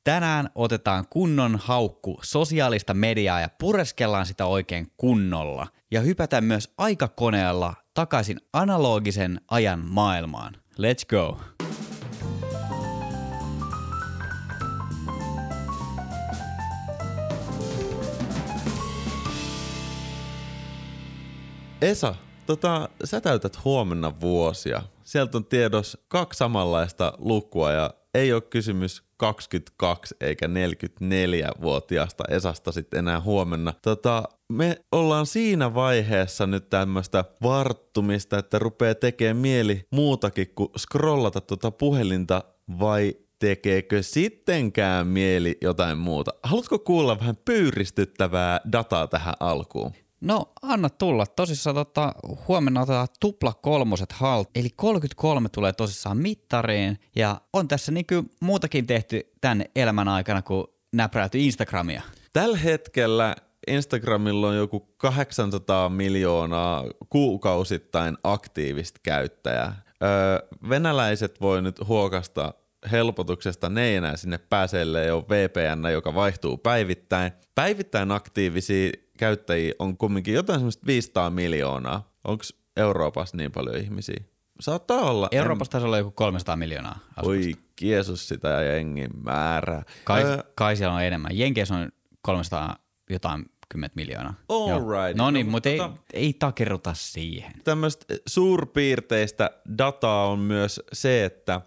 Tänään otetaan kunnon haukku sosiaalista mediaa ja pureskellaan sitä oikein kunnolla. Ja hypätään myös aikakoneella takaisin analogisen ajan maailmaan. Let's go! Esa, sä täytät huomenna vuosia. Sieltä on tiedossa 2 samanlaista lukua ja ei ole kysymys 22 eikä 44-vuotiaasta Esasta sitten enää huomenna. Me ollaan siinä vaiheessa nyt tämmöistä varttumista, että rupeaa tekemään mieli muutakin kuin scrollata puhelinta, vai tekeekö sittenkään mieli jotain muuta? Haluatko kuulla vähän pyyristyttävää dataa tähän alkuun? No, anna tulla. Tosissaan huomenna otetaan tupla 3 halt, eli 33 tulee tosissaan mittariin, ja on tässä muutakin tehty tämän elämän aikana, kun näpräytyi Instagramia. Tällä hetkellä Instagramilla on joku 800 miljoonaa kuukausittain aktiivista käyttäjää. Venäläiset voi nyt huokasta helpotuksesta, ne ei enää sinne pääselle, ei ole VPN, joka vaihtuu päivittäin. Päivittäin aktiivisia käyttäjiä on kumminkin jotain semmoista 500 miljoonaa. Onko Euroopassa niin paljon ihmisiä? Saattaa olla. Euroopassa taisi olla joku 300 miljoonaa asusta. Oi Jeesus sitä jengin määrää. Kai siellä on enemmän. Jenkeissä on 300 jotain 10 miljoonaa. All right. No niin, mutta ei takerruta siihen. Tämmöistä suurpiirteistä dataa on myös se, että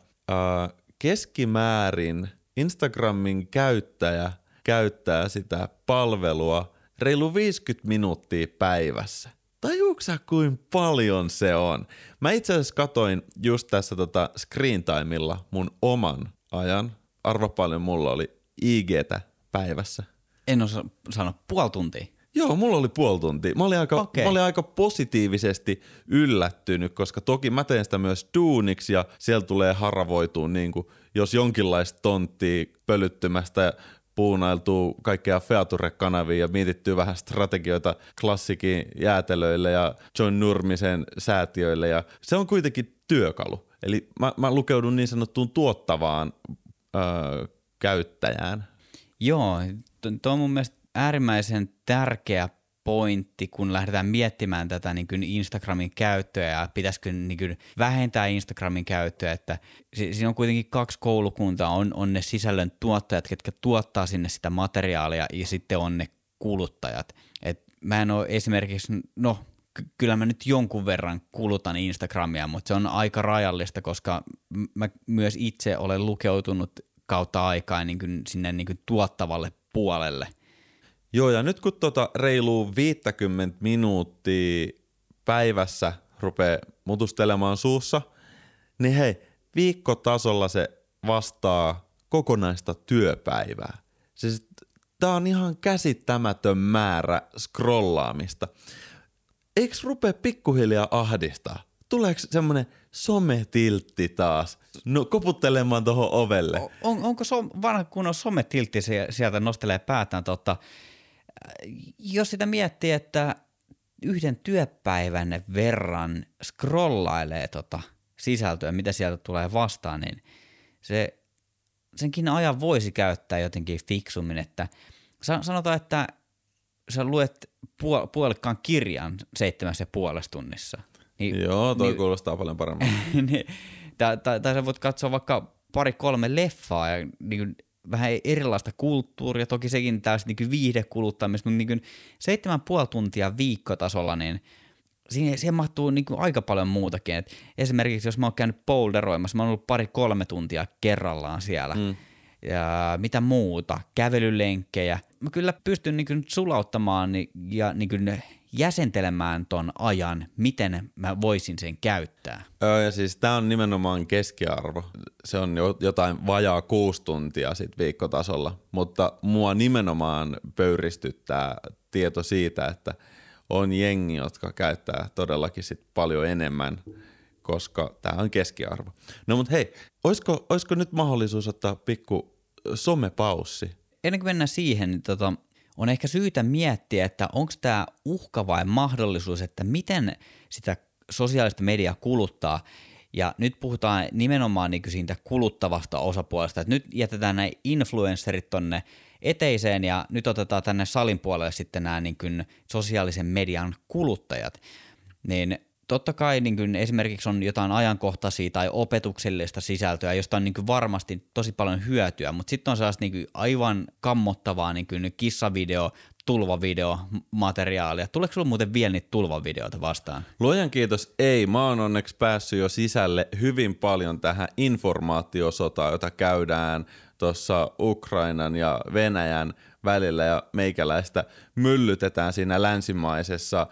keskimäärin Instagramin käyttäjä käyttää sitä palvelua reilu 50 minuuttia päivässä. Tajuuko sä, kuinka paljon se on? Mä itse asiassa katoin just tässä screen timeilla mun oman ajan. Arva paljon mulla oli IGtä päivässä. En osaa sanoa, puoli tuntia. Joo, mulla oli puoli tuntia. Mä olin aika positiivisesti yllättynyt, koska toki mä teen sitä myös duuniksi ja siellä tulee haravoitua jos jonkinlaista tonttia pölyttymästä puunailtuu kaikkea Feature-kanavia ja mietittyy vähän strategioita klassikin jäätelöille ja John Nurmisen säätiöille ja se on kuitenkin työkalu. Eli mä lukeudun niin sanottuun tuottavaan käyttäjään. Joo, tuo on mun mielestä äärimmäisen tärkeä pointti, kun lähdetään miettimään tätä Instagramin käyttöä ja pitäisikö vähentää Instagramin käyttöä, että siinä on kuitenkin 2 koulukuntaa, on ne sisällön tuottajat, ketkä tuottaa sinne sitä materiaalia ja sitten on ne kuluttajat. Et mä en ole esimerkiksi, kyllä mä nyt jonkun verran kulutan Instagramia, mutta se on aika rajallista, koska mä myös itse olen lukeutunut kautta aikaa sinne tuottavalle puolelle. Joo, ja nyt kun reiluu 50 minuuttia päivässä rupeaa mutustelemaan suussa, niin hei, viikkotasolla se vastaa kokonaista työpäivää. Siis tää on ihan käsittämätön määrä scrollaamista. Eikö rupea pikkuhiljaa ahdistaa? Tuleeko semmonen sometiltti taas? No koputtelemaan tuohon ovelle. Onko vanha kunnon sometiltti sieltä nostelee päätään? Jos sitä miettii, että yhden työpäivän verran scrollailee sisältöä, mitä sieltä tulee vastaan, niin senkin ajan voisi käyttää jotenkin fiksummin, että sanotaan, että sä luet puolikkaan kirjan 7,5 tunnissa. Niin, joo, toi kuulostaa paljon paremmin. Tai sä voit katsoa vaikka 2-3 leffaa ja vähän erilaista kulttuuria, toki sekin täysin viihdekuluttamista, mutta 7,5 tuntia viikkotasolla, niin siihen mahtuu aika paljon muutakin. Et esimerkiksi jos mä oon käynyt boulderoimassa, mä oon ollut 2-3 tuntia kerrallaan siellä. Ja mitä muuta, kävelylenkkejä. Mä kyllä pystyn sulauttamaan ja jäsentelemään ton ajan, miten mä voisin sen käyttää. Ja siis tää on nimenomaan keskiarvo. Se on jotain vajaa 6 tuntia sit viikkotasolla, mutta mua nimenomaan pöyristyttää tieto siitä, että on jengi, jotka käyttää todellakin sit paljon enemmän, koska tää on keskiarvo. No mut hei, oisko nyt mahdollisuus ottaa pikku somepaussi? Ennen kuin mennään siihen, niin on ehkä syytä miettiä, että onko tämä uhka vai mahdollisuus, että miten sitä sosiaalista mediaa kuluttaa. Ja nyt puhutaan nimenomaan niin kuin siitä kuluttavasta osapuolesta, että nyt jätetään nämä influencerit tonne eteiseen ja nyt otetaan tänne salin puolelle sitten nämä niin kuin sosiaalisen median kuluttajat. Niin totta kai niin kuin esimerkiksi on jotain ajankohtaisia tai opetuksellista sisältöä, josta on niin kuin varmasti tosi paljon hyötyä, mutta sitten on sellaista niin kuin aivan kammottavaa niin kuin kissavideo, tulvavideomateriaalia. Tuleeko sulla muuten vielä niitä tulvavideoita vastaan? Luojan kiitos, ei. Mä oon onneksi päässyt jo sisälle hyvin paljon tähän informaatiosotaan, jota käydään tuossa Ukrainan ja Venäjän välillä ja meikäläistä myllytetään siinä länsimaisessa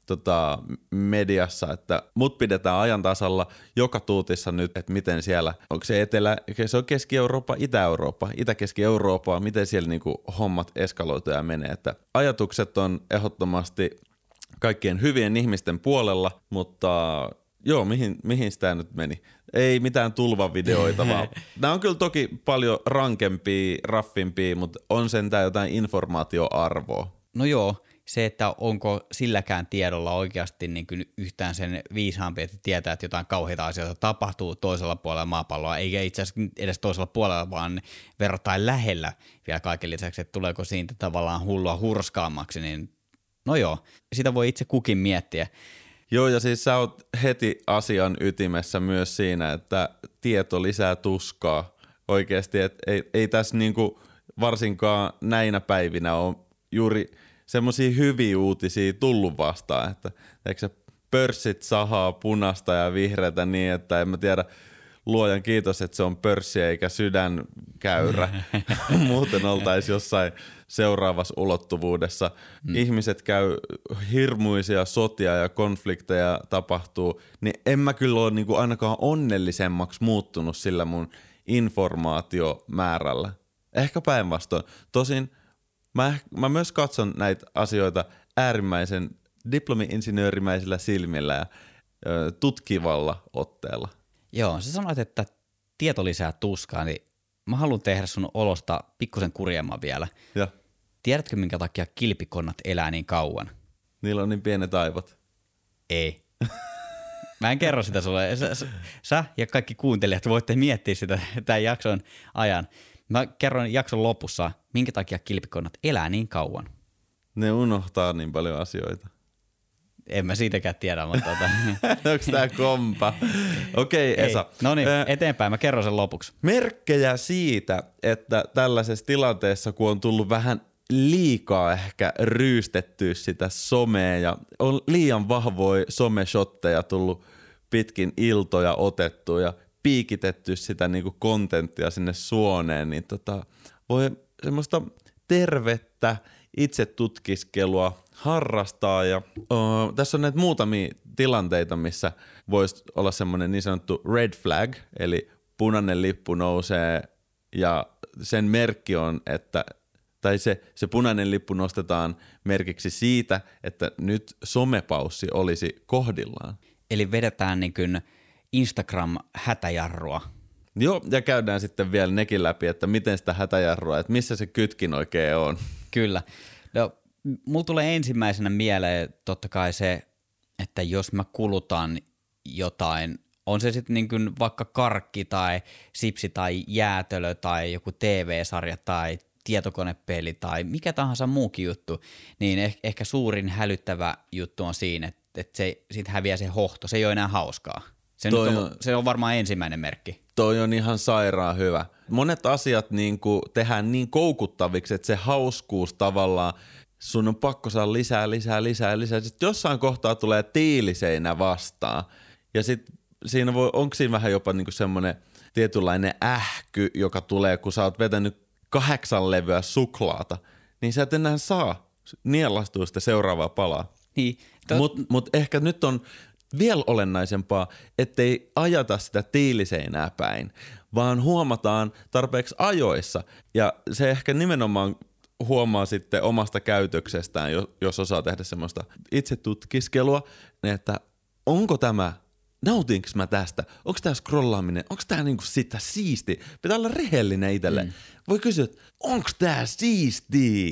mediassa, että mut pidetään ajan tasalla joka tuutissa nyt, että miten siellä, onko se se on Keski-Eurooppa, Itä-Eurooppa, Itä-Keski-Eurooppa, miten siellä niinku hommat eskaloituu ja menee, että ajatukset on ehdottomasti kaikkien hyvien ihmisten puolella, mutta joo, mihin sitä nyt meni? Ei mitään tulvavideoita, vaan nämä on kyllä toki paljon rankempia, raffimpia, mutta on sentään jotain informaatioarvoa. No joo, se, että onko silläkään tiedolla oikeasti niin kuin yhtään sen viisaampi, että tietää, että jotain kauheita asioita tapahtuu toisella puolella maapalloa, eikä itse asiassa edes toisella puolella, vaan verrattain lähellä vielä kaiken lisäksi, että tuleeko siitä tavallaan hullua hurskaammaksi, niin no joo, sitä voi itse kukin miettiä. Joo, ja siis sä oot heti asian ytimessä myös siinä, että tieto lisää tuskaa oikeasti, että ei tässä niinku varsinkaan näinä päivinä ole juuri semmoisia hyviä uutisia tullut vastaan, että eikö se pörssit sahaa punaista ja vihreätä niin, että en mä tiedä, luojan kiitos, että se on pörssi eikä sydänkäyrä. Muuten oltaisiin jossain seuraavassa ulottuvuudessa. Ihmiset käy hirmuisia sotia ja konflikteja tapahtuu, niin en mä kyllä ole niinku ainakaan onnellisemmaksi muuttunut sillä mun informaatiomäärällä. Ehkä päinvastoin. Tosin mä myös katson näitä asioita äärimmäisen diplomi-insinöörimäisillä silmillä ja tutkivalla otteella. Joo, sä sanoit, että tieto lisää tuskaa, niin mä haluan tehdä sun olosta pikkusen kurjemman vielä. Ja. Tiedätkö, minkä takia kilpikonnat elää niin kauan? Niillä on niin pienet aivot. Ei. Mä en kerro sitä sulle. Sä ja kaikki kuuntelijat voitte miettiä sitä tämän jakson ajan. Mä kerron jakson lopussa, minkä takia kilpikonnat elää niin kauan. Ne unohtaa niin paljon asioita. En mä siitäkään tiedä, mutta Onko tää kompa? Okei, Esa. No niin, eteenpäin. Mä kerron sen lopuksi. Merkkejä siitä, että tällaisessa tilanteessa, kun on tullut vähän liikaa ehkä ryystettyä sitä somea ja on liian vahvoja someshotteja tullut pitkin iltoja otettu ja piikitetty sitä niinku kontenttia sinne suoneen, niin voi semmoista tervettä itsetutkiskelua harrastaa. Ja tässä on näitä muutamia tilanteita, missä voisi olla semmoinen niin sanottu red flag, eli punainen lippu nousee ja sen merkki on, että tai se punainen lippu nostetaan merkiksi siitä, että nyt somepaussi olisi kohdillaan. Eli vedetään niin kuin Instagram-hätäjarrua. Joo, ja käydään sitten vielä nekin läpi, että miten sitä hätäjarrua, että missä se kytkin oikein on. Kyllä. No, mulla tulee ensimmäisenä mieleen totta kai se, että jos mä kulutan jotain, on se sitten niin kuin vaikka karkki tai sipsi tai jäätölö tai joku TV-sarja tai tietokonepeli tai mikä tahansa muukin juttu, niin ehkä suurin hälyttävä juttu on siinä, että siitä häviää se hohto, se ei ole enää hauskaa. Se on varmaan ensimmäinen merkki. Toi on ihan sairaan hyvä. Monet asiat niinku tehdään niin koukuttaviksi, että se hauskuus tavallaan, sun on pakko saada lisää. Sitten jossain kohtaa tulee tiiliseinä vastaan. Ja sitten onko siinä vähän jopa niinku semmoinen tietynlainen ähky, joka tulee, kun sä oot vetänyt 8 levyä suklaata, niin sä et enää saa nielastua sitä seuraavaa palaa. Niin. Mut ehkä nyt on vielä olennaisempaa, ettei ajata sitä tiiliseinää päin, vaan huomataan tarpeeksi ajoissa. Ja se ehkä nimenomaan huomaa sitten omasta käytöksestään, jos osaa tehdä semmoista itsetutkiskelua, että onko tämä, nautinko mä tästä, onko tämä scrollaaminen, onko tämä niinku sitä siisti, pitää olla rehellinen itselleen. Voi kysyä, että onko tämä siistiä?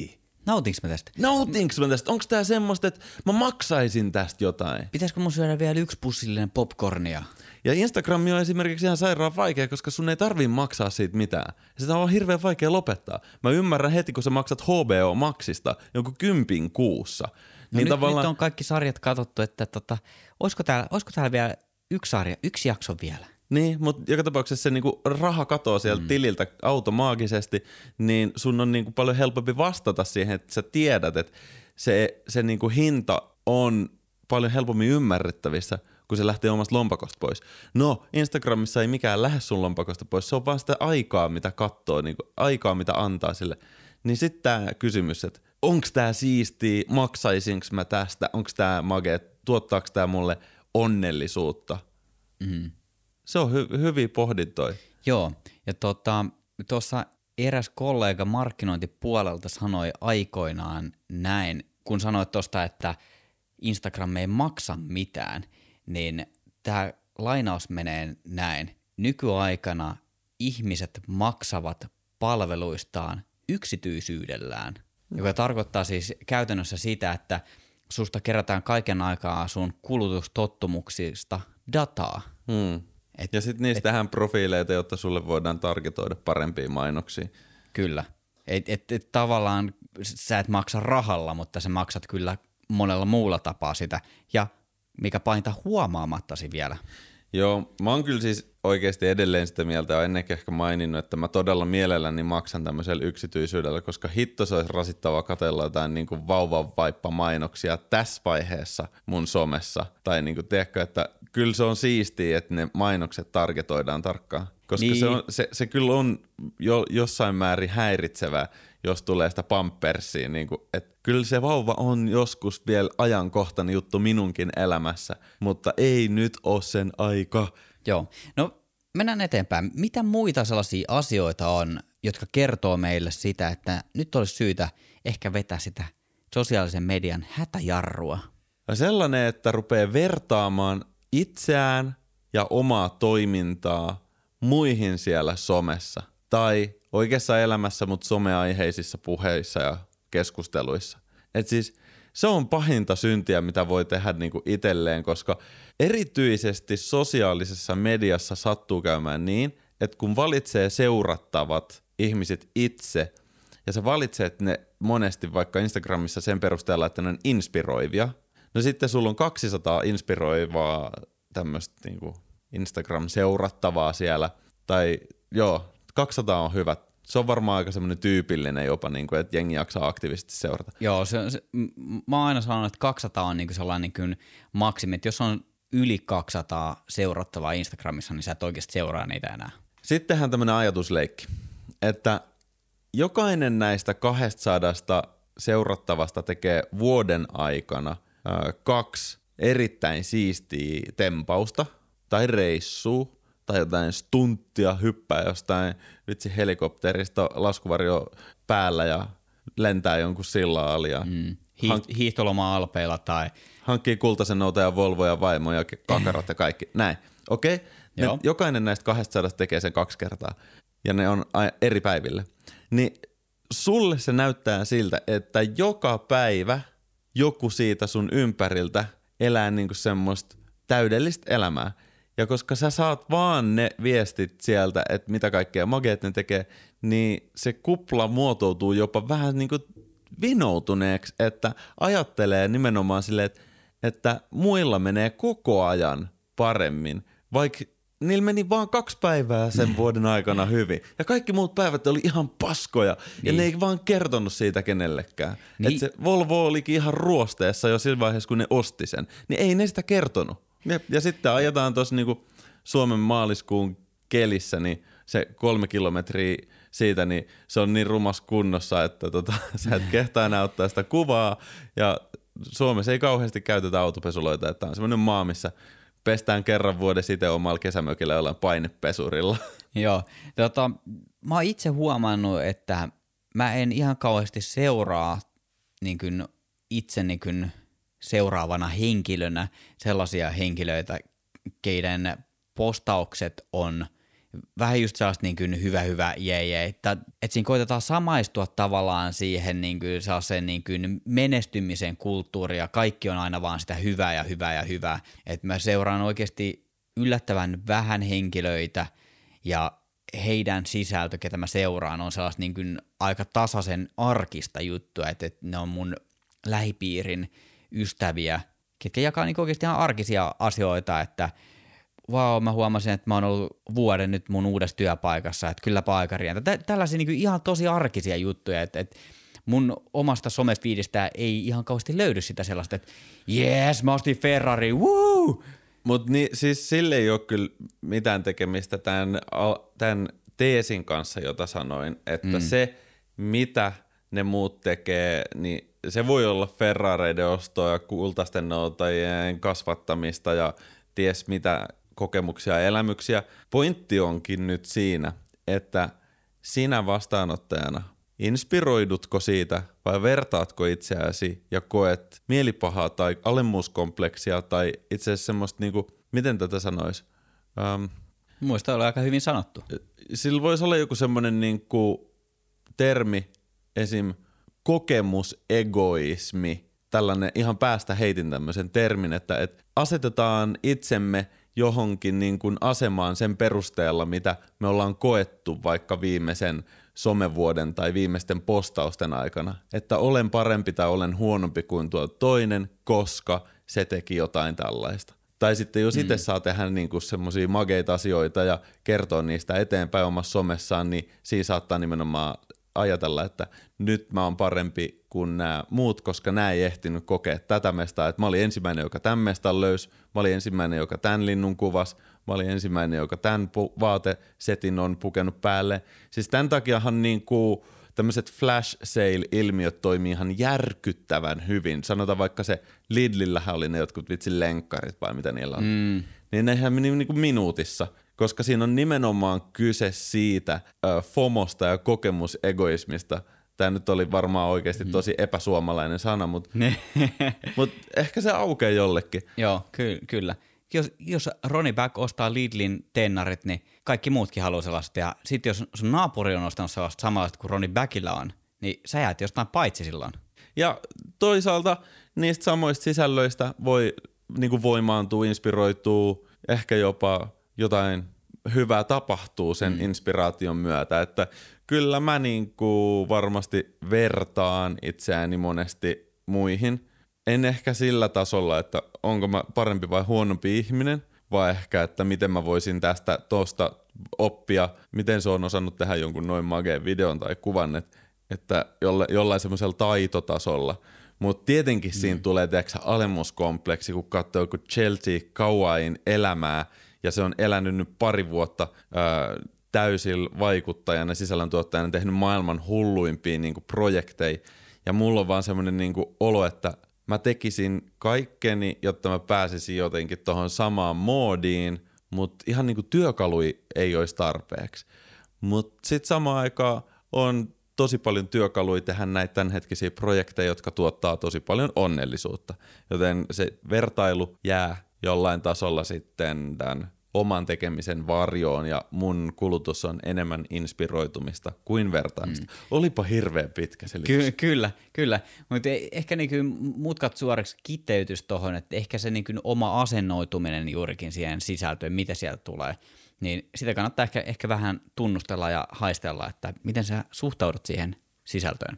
Nautinko mä tästä? Nautinko mä tästä? Onko tää semmoista, että mä maksaisin tästä jotain? Pitäisikö mun syödä vielä 1 pussillinen popcornia? Ja Instagram on esimerkiksi ihan sairaan vaikea, koska sun ei tarvii maksaa siitä mitään. Ja sitä on hirveän vaikea lopettaa. Mä ymmärrän heti, kun sä maksat HBO Maxista jonkun 10 kuussa. No niin nyt on kaikki sarjat katsottu, että olisiko täällä vielä yksi jakso vielä? Niin, mutta joka tapauksessa se niinku raha katoaa sieltä tililtä automaagisesti, niin sun on niinku paljon helpompi vastata siihen, että sä tiedät, että se niinku hinta on paljon helpommin ymmärrettävissä, kun se lähtee omasta lompakosta pois. No, Instagramissa ei mikään lähde sun lompakosta pois, se on vaan sitä aikaa, mitä katsoo, niinku aikaa, mitä antaa sille. Niin sitten tää kysymys, että onks tää siistiä, maksaisinko mä tästä, onks tää magea, tuottaako tää mulle onnellisuutta? Se on hyviä pohdintoja. Joo, ja tuossa eräs kollega markkinointipuolelta sanoi aikoinaan näin, kun sanoit tuosta, että Instagram ei maksa mitään, niin tämä lainaus menee näin. Nykyaikana ihmiset maksavat palveluistaan yksityisyydellään, joka tarkoittaa siis käytännössä sitä, että susta kerätään kaiken aikaa sun kulutustottumuksista dataa. Ja sitten niistä tehdään profiileita, jotta sulle voidaan targetoida parempia mainoksia. Kyllä. Tavallaan sä et maksa rahalla, mutta sä maksat kyllä monella muulla tapaa sitä. Ja mikä pahinta huomaamattasi vielä. Joo, mä oon kyllä siis oikeasti edelleen sitä mieltä ja ennenkin ehkä maininnut, että mä todella mielelläni maksan tämmöisellä yksityisyydellä, koska hitto se olisi rasittavaa katsella jotain niin kuin vauvanvaippa-mainoksia tässä vaiheessa mun somessa. Tai niin kuin tiedätkö, että kyllä se on siistiä, että ne mainokset targetoidaan tarkkaan. Koska niin. se kyllä on jossain määrin häiritsevää, jos tulee sitä pampersia. Niin kuin, että kyllä se vauva on joskus vielä ajankohtainen juttu minunkin elämässä, mutta ei nyt ole sen aika. Joo. No mennään eteenpäin. Mitä muita sellaisia asioita on, jotka kertoo meille sitä, että nyt olisi syytä ehkä vetää sitä sosiaalisen median hätäjarrua? Ja sellainen, että rupeaa vertaamaan itseään ja omaa toimintaa muihin siellä somessa tai oikeassa elämässä, mutta someaiheisissa puheissa ja keskusteluissa. Et siis se on pahinta syntiä, mitä voi tehdä niinku itselleen, koska erityisesti sosiaalisessa mediassa sattuu käymään niin, että kun valitsee seurattavat ihmiset itse ja sä valitset ne monesti vaikka Instagramissa sen perusteella, että ne on inspiroivia, no sitten sulla on 200 inspiroivaa tämmöistä niinku Instagram-seurattavaa siellä, tai joo, 200 on hyvä. Se on varmaan aika semmoinen tyypillinen jopa, niin kuin, että jengi jaksaa aktiivisesti seurata. Joo, mä oon aina sanonut, että 200 on niin kuin sellainen niin maksimi, että jos on yli 200 seurattavaa Instagramissa, niin sä et oikeasti seuraa niitä enää. Sittenhän tämmöinen ajatusleikki, että jokainen näistä 200 seurattavasta tekee vuoden aikana 2 erittäin siistiä tempausta tai reissua tai jotain stunttia, hyppää jostain helikopterista laskuvarjo päällä ja lentää jonkun sillan ali ja hiihtoloma Alpeilla tai hankkii kultaisen noutajan Volvo ja vaimo ja kakarat ja kaikki. Näin. Okei? Okay? Jokainen näistä 200 tekee sen 2 kertaa ja ne on eri päiville. Niin sulle se näyttää siltä, että joka päivä joku siitä sun ympäriltä elää niinku semmoista täydellistä elämää. Ja koska sä saat vaan ne viestit sieltä, että mitä kaikkea mageet ne tekee, niin se kupla muotoutuu jopa vähän niin kuin vinoutuneeksi, että ajattelee nimenomaan silleen, että muilla menee koko ajan paremmin, vaikka niillä meni vaan 2 päivää sen vuoden aikana hyvin. Ja kaikki muut päivät oli ihan paskoja, ja ne ei vaan kertonut siitä kenellekään. Niin. Että se Volvo olikin ihan ruosteessa jo sillä vaiheessa, kun ne osti sen, niin ei ne sitä kertonut. Ja sitten ajetaan tuossa niinku Suomen maaliskuun kelissä, niin se 3 kilometriä siitä, niin se on niin rumas kunnossa, että sä et kehtaa enää ottaa sitä kuvaa. Ja Suomessa ei kauheasti käytetä autopesuloita, että on semmoinen maa, missä pestään kerran vuodessa itse omalla kesämökillä jollain painepesurilla. Joo, mä oon itse huomannut, että mä en ihan kauheasti seuraa niin kuin itse niin kuin seuraavana henkilönä sellaisia henkilöitä, keiden postaukset on vähän just sellaista niin kuin hyvä, jee. Että siinä koitetaan samaistua tavallaan siihen niin kuin sellaiseen niin kuin menestymisen kulttuuriin ja kaikki on aina vaan sitä hyvää. Että mä seuraan oikeasti yllättävän vähän henkilöitä ja heidän sisältö, ketä mä seuraan, on sellaista niin kuin aika tasaisen arkista juttua, että ne on mun lähipiirin ystäviä, ketkä jakaa niin oikeasti ihan arkisia asioita, että mä huomasin, että mä oon ollut vuoden nyt mun uudessa työpaikassa, että kylläpä aika rientä. Tällaisia niin kuin ihan tosi arkisia juttuja, että mun omasta somefeedistä ei ihan kauheasti löydy sitä sellaista, että jees, mä ostin Ferrari, woo! Mutta siis sille ei ole kyllä mitään tekemistä tämän teesin kanssa, jota sanoin, että se, mitä ne muut tekee, niin se voi olla Ferrareiden ostoa ja kultaisten noutajien kasvattamista ja ties mitä kokemuksia ja elämyksiä. Pointti onkin nyt siinä, että sinä vastaanottajana inspiroidutko siitä vai vertaatko itseäsi ja koet mielipahaa tai alemmuuskompleksia tai itse asiassa semmoista niinku, miten tätä sanoisi? Muista oli aika hyvin sanottu. Sillä voisi olla joku semmoinen niinku termi, esim. Kokemusegoismi, tällainen ihan päästä heitin tämmöisen termin, että asetetaan itsemme johonkin niin kuin asemaan sen perusteella, mitä me ollaan koettu vaikka viimeisen somevuoden tai viimeisten postausten aikana, että olen parempi tai olen huonompi kuin tuo toinen, koska se teki jotain tällaista. Tai sitten jos itse saa tehdä niinku semmoisia mageita asioita ja kertoa niistä eteenpäin omassa somessaan, niin siinä saattaa nimenomaan ajatella, että nyt mä oon parempi kuin nämä muut, koska nämä ei ehtinyt kokea tätä mestaa. Että mä olin ensimmäinen, joka tämän mestan löysi, mä olin ensimmäinen, joka tämän linnun kuvasi, mä olin ensimmäinen, joka tämän vaatesetin on pukenut päälle. Siis tämän takiahan niinku tämmöiset flash sale-ilmiöt toimii ihan järkyttävän hyvin. Sanotaan vaikka se Lidlillähän oli ne jotkut vitsin lenkkarit vai mitä niillä on. Niin nehän meni niinku minuutissa, koska siinä on nimenomaan kyse siitä FOMosta ja kokemusegoismista. Tämä nyt oli varmaan oikeasti tosi epäsuomalainen sana, mutta ehkä se aukeaa jollekin. Joo, kyllä. Jos Ronnie Back ostaa Lidlin tennarit, niin kaikki muutkin haluaa sellaista. Ja sitten jos sun naapuri on ostanut sellaista samanlaista kuin Ronnie Backillä on, niin sä jäät jostain paitsi silloin. Ja toisaalta niistä samoista sisällöistä voi niinku voimaantua, inspiroituu, ehkä jopa jotain hyvää tapahtuu sen inspiraation myötä. Että kyllä mä niinku varmasti vertaan itseäni monesti muihin. En ehkä sillä tasolla, että onko mä parempi vai huonompi ihminen, vaan ehkä, että miten mä voisin tosta oppia, miten se on osannut tehdä jonkun noin mageen videon tai kuvan, että jollain semmoisella taitotasolla. Mutta tietenkin siinä tulee alemmuuskompleksi, kun katsoo joku Chelsea Kawain elämää, ja se on elänyt nyt pari vuotta täysillä vaikuttajana, sisällöntuottajana, tehnyt maailman hulluimpia niinku projekteja, ja mulla on vaan semmoinen niinku olo, että mä tekisin kaikkeni, jotta mä pääsisin jotenkin tohon samaan moodiin, mutta ihan niinku työkalui ei olisi tarpeeksi. Mutta sitten samaan aikaan on tosi paljon työkaluja tehdä näitä tämänhetkisiä projekteja, jotka tuottaa tosi paljon onnellisuutta. Joten se vertailu jää jollain tasolla sitten tämän oman tekemisen varjoon ja mun kulutus on enemmän inspiroitumista kuin vertaamista. Olipa hirveän pitkä selitys. Kyllä. Mutta ehkä niinku mutkat suoriksi kiteytys tohon, että ehkä se niinku oma asennoituminen juurikin siihen sisältöön, mitä sieltä tulee, niin sitä kannattaa ehkä vähän tunnustella ja haistella, että miten sä suhtaudut siihen sisältöön.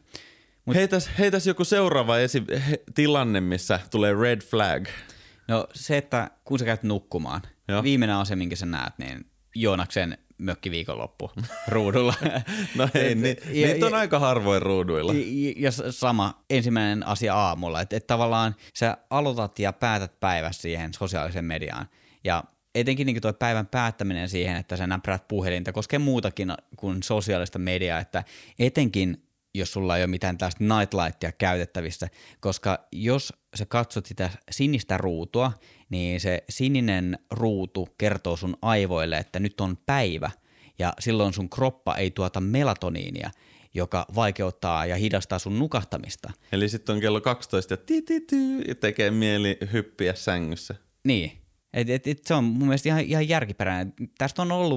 Heitäs joku seuraava tilanne, missä tulee red flag. No se, että kun sä käyt nukkumaan, viimeinen asia, minkä sä näet, niin Joonaksen mökkiviikonloppu ruudulla. No ei, niitä on aika harvoin ruuduilla. Ja sama ensimmäinen asia aamulla, että tavallaan sä aloitat ja päätät päivässä siihen sosiaaliseen mediaan. Ja etenkin niin tuo päivän päättäminen siihen, että sä näpräät puhelinta, koskee muutakin kuin sosiaalista mediaa, että etenkin jos sulla ei ole mitään tällaista nightlightia käytettävissä, koska jos sä katsot sitä sinistä ruutua, niin se sininen ruutu kertoo sun aivoille, että nyt on päivä, ja silloin sun kroppa ei tuota melatoniinia, joka vaikeuttaa ja hidastaa sun nukahtamista. Eli sitten on kello 12 ja tekee mieli hyppiä sängyssä. Niin, se on mun mielestä ihan järkiperäinen. Tästä on ollut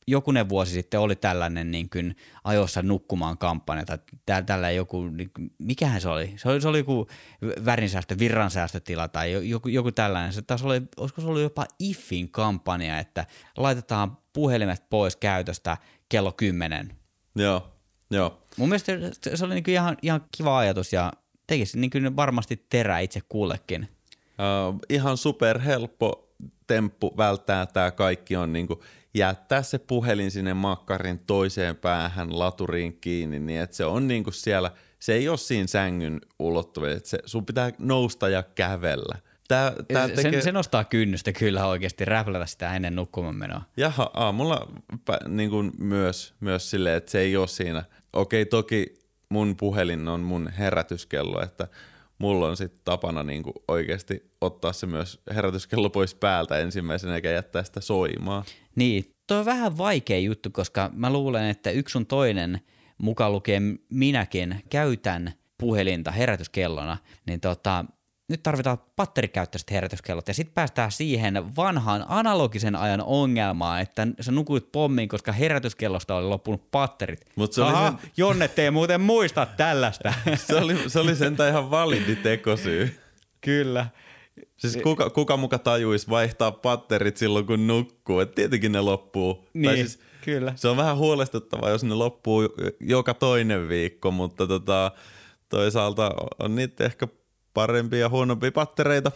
jokunen vuosi sitten oli tällainen niin kuin ajoissa nukkumaan kampanja, tai tällä joku, mikähän se oli? Se oli joku värinsäästö, virransäästötila tai joku tällainen. Se taas oli, olisiko se ollut jopa IFin kampanja, että laitetaan puhelimet pois käytöstä kello 10. Joo. Mun mielestä se oli niin kuin ihan kiva ajatus ja tekisi niin kuin varmasti terää itse kullekin. Ihan superhelppo temppu välttää tämä kaikki on niinku jättää se puhelin sinne makkarin toiseen päähän laturiin kiinni, niin että se on niinku siellä, se ei ole siinä sängyn ulottuvilla, että sun pitää nousta ja kävellä. Se nostaa kynnystä kyllä oikeasti, räplätä sitä ennen nukkumaan menoa. Jaha, aamulla niinku myös silleen, että se ei ole siinä. Okei, toki mun puhelin on mun herätyskello, että mulla on sitten tapana niinku oikeasti ottaa se myös herätyskello pois päältä ensimmäisenä eikä jättää sitä soimaan. Niin, toi on vähän vaikea juttu, koska mä luulen, että yksi sun toinen, mukaan lukien minäkin, käytän puhelinta herätyskellona, niin nyt tarvitaan batterikäyttöiset herätyskellot ja sitten päästään siihen vanhaan analogisen ajan ongelmaan, että sä nukuit pommiin, koska herätyskellosta oli loppunut batterit. Jonne te muuten muista tällaista. Se oli sentään ihan validi tekosyy. Kyllä. Siis kuka muka tajuisi vaihtaa batterit silloin, kun nukkuu? Et tietenkin ne loppuu. Niin, tai siis, kyllä. Se on vähän huolestuttavaa, jos ne loppuu joka toinen viikko, mutta toisaalta on niitä ehkä parempia ja huonompia pattereita.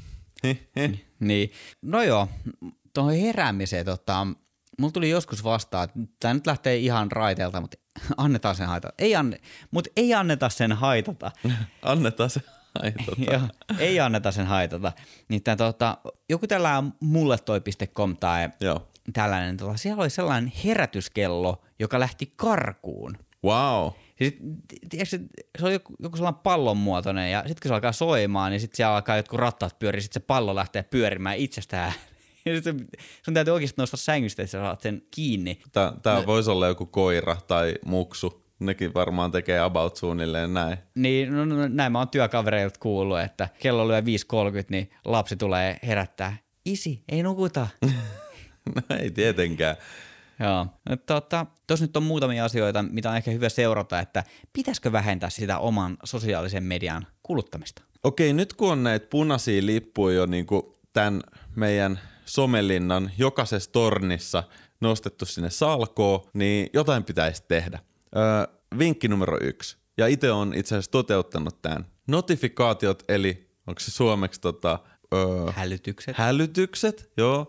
Niin. No joo, tuohon heräämiseen mulla tuli joskus vastaan, että tämä nyt lähtee ihan raiteelta, mutta annetaan sen haitata. Ei anneta sen haitata. Annetaan sen haitata. Joo, ei anneta sen haitata. Niin joku tällainen mulletoi.com tai tällainen, siellä oli sellainen herätyskello, joka lähti karkuun. Wow. Siis, se on joku sellainen pallon muotoinen ja sitten kun se alkaa soimaan, niin sitten siellä alkaa jotkut rattaat pyöriä, sitten se pallo lähtee pyörimään itsestään. Ja sitten sun täytyy oikeasti nostaa sängystä, että sä saat sen kiinni. Tää voisi olla joku koira tai muksu. Nekin varmaan tekee about suunnilleen näin. Niin, no, näin mä oon työkavereilta kuullut, että kello lyö 5.30, niin lapsi tulee herättää. Isi, ei nukuta. No ei tietenkään. Joo. Tuossa nyt on muutamia asioita, mitä on ehkä hyvä seurata, että pitäisikö vähentää sitä oman sosiaalisen median kuluttamista? Okei, nyt kun on näitä punaisia lippuja jo niin kuin tämän meidän somelinnan jokaisessa tornissa nostettu sinne salkoon, niin jotain pitäisi tehdä. Vinkki numero 1. Ja itse on itse asiassa toteuttanut tämän. Notifikaatiot, eli onko se suomeksi Hälytykset. Hälytykset, joo.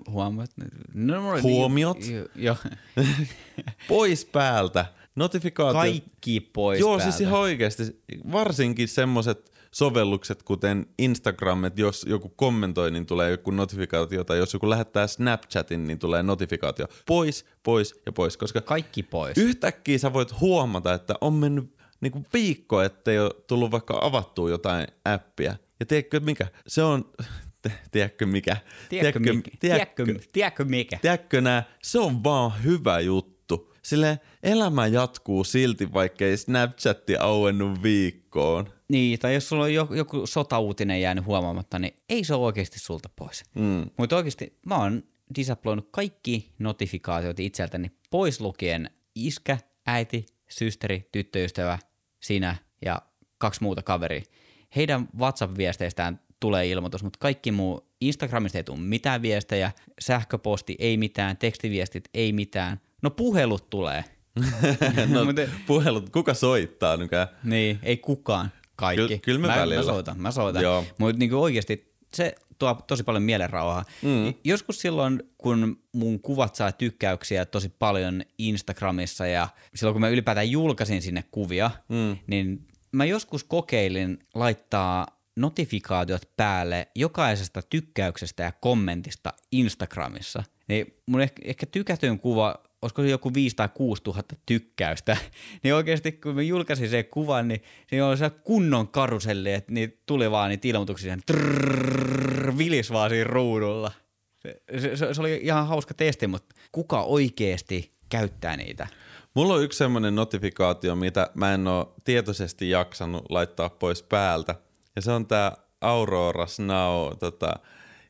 Huomiot. Joo. Pois päältä. Notifikaatiot. Kaikki pois joo, päältä. Siis ihan oikeasti. Varsinkin semmoiset sovellukset, kuten Instagram, että jos joku kommentoi, niin tulee joku notifikaatio, tai jos joku lähettää Snapchatin, niin tulee notifikaatio. Pois, pois ja pois, koska kaikki pois. Yhtäkkiä sä voit huomata, että on mennyt niinku viikko, ettei ole tullut vaikka avattua jotain appia. Ja tiedätkö mikä? Se on... Tiedätkö mikä? Tiedätkö mikä? Tiedätkö nää? Se on vaan hyvä juttu. Silleen elämä jatkuu silti, vaikkei Snapchatti auennut viikkoon. Niin, tai jos sulla on joku sotauutinen jäänyt huomaamatta, niin ei se ole oikeasti sulta pois. Mutta oikeasti mä oon disabloinut kaikki notifikaatiot itseltäni pois lukien iskä, äiti, systeri, tyttöystävä, sinä ja 2 muuta kaveria. Heidän WhatsApp-viesteistään tulee ilmoitus, mutta kaikki muu Instagramista ei tule mitään viestejä, sähköposti ei mitään, tekstiviestit ei mitään. No puhelut tulee. No puhelut, kuka soittaa nykään? Niin, ei kukaan. Kaikki. Kyllä me välillä. Mä soitan. Mutta niinku oikeasti se tuo tosi paljon mielenrauhaa. Joskus silloin, kun mun kuvat saa tykkäyksiä tosi paljon Instagramissa ja silloin, kun mä ylipäätään julkaisin sinne kuvia, niin mä joskus kokeilin laittaa notifikaatiot päälle jokaisesta tykkäyksestä ja kommentista Instagramissa. Niin mun ehkä tykätyin kuva, olisiko se joku 5 tai 6 000 tykkäystä, niin oikeasti kun mä julkaisin sen kuvan, niin se oli se kunnon karuselli, että niin tuli vaan niitä ilmoituksia, vilis vaan siinä ruudulla. Se oli ihan hauska testi, mutta kuka oikeasti käyttää niitä? Mulla on yksi semmoinen notifikaatio, mitä mä en ole tietoisesti jaksanut laittaa pois päältä. Ja se on tää Aurora Snow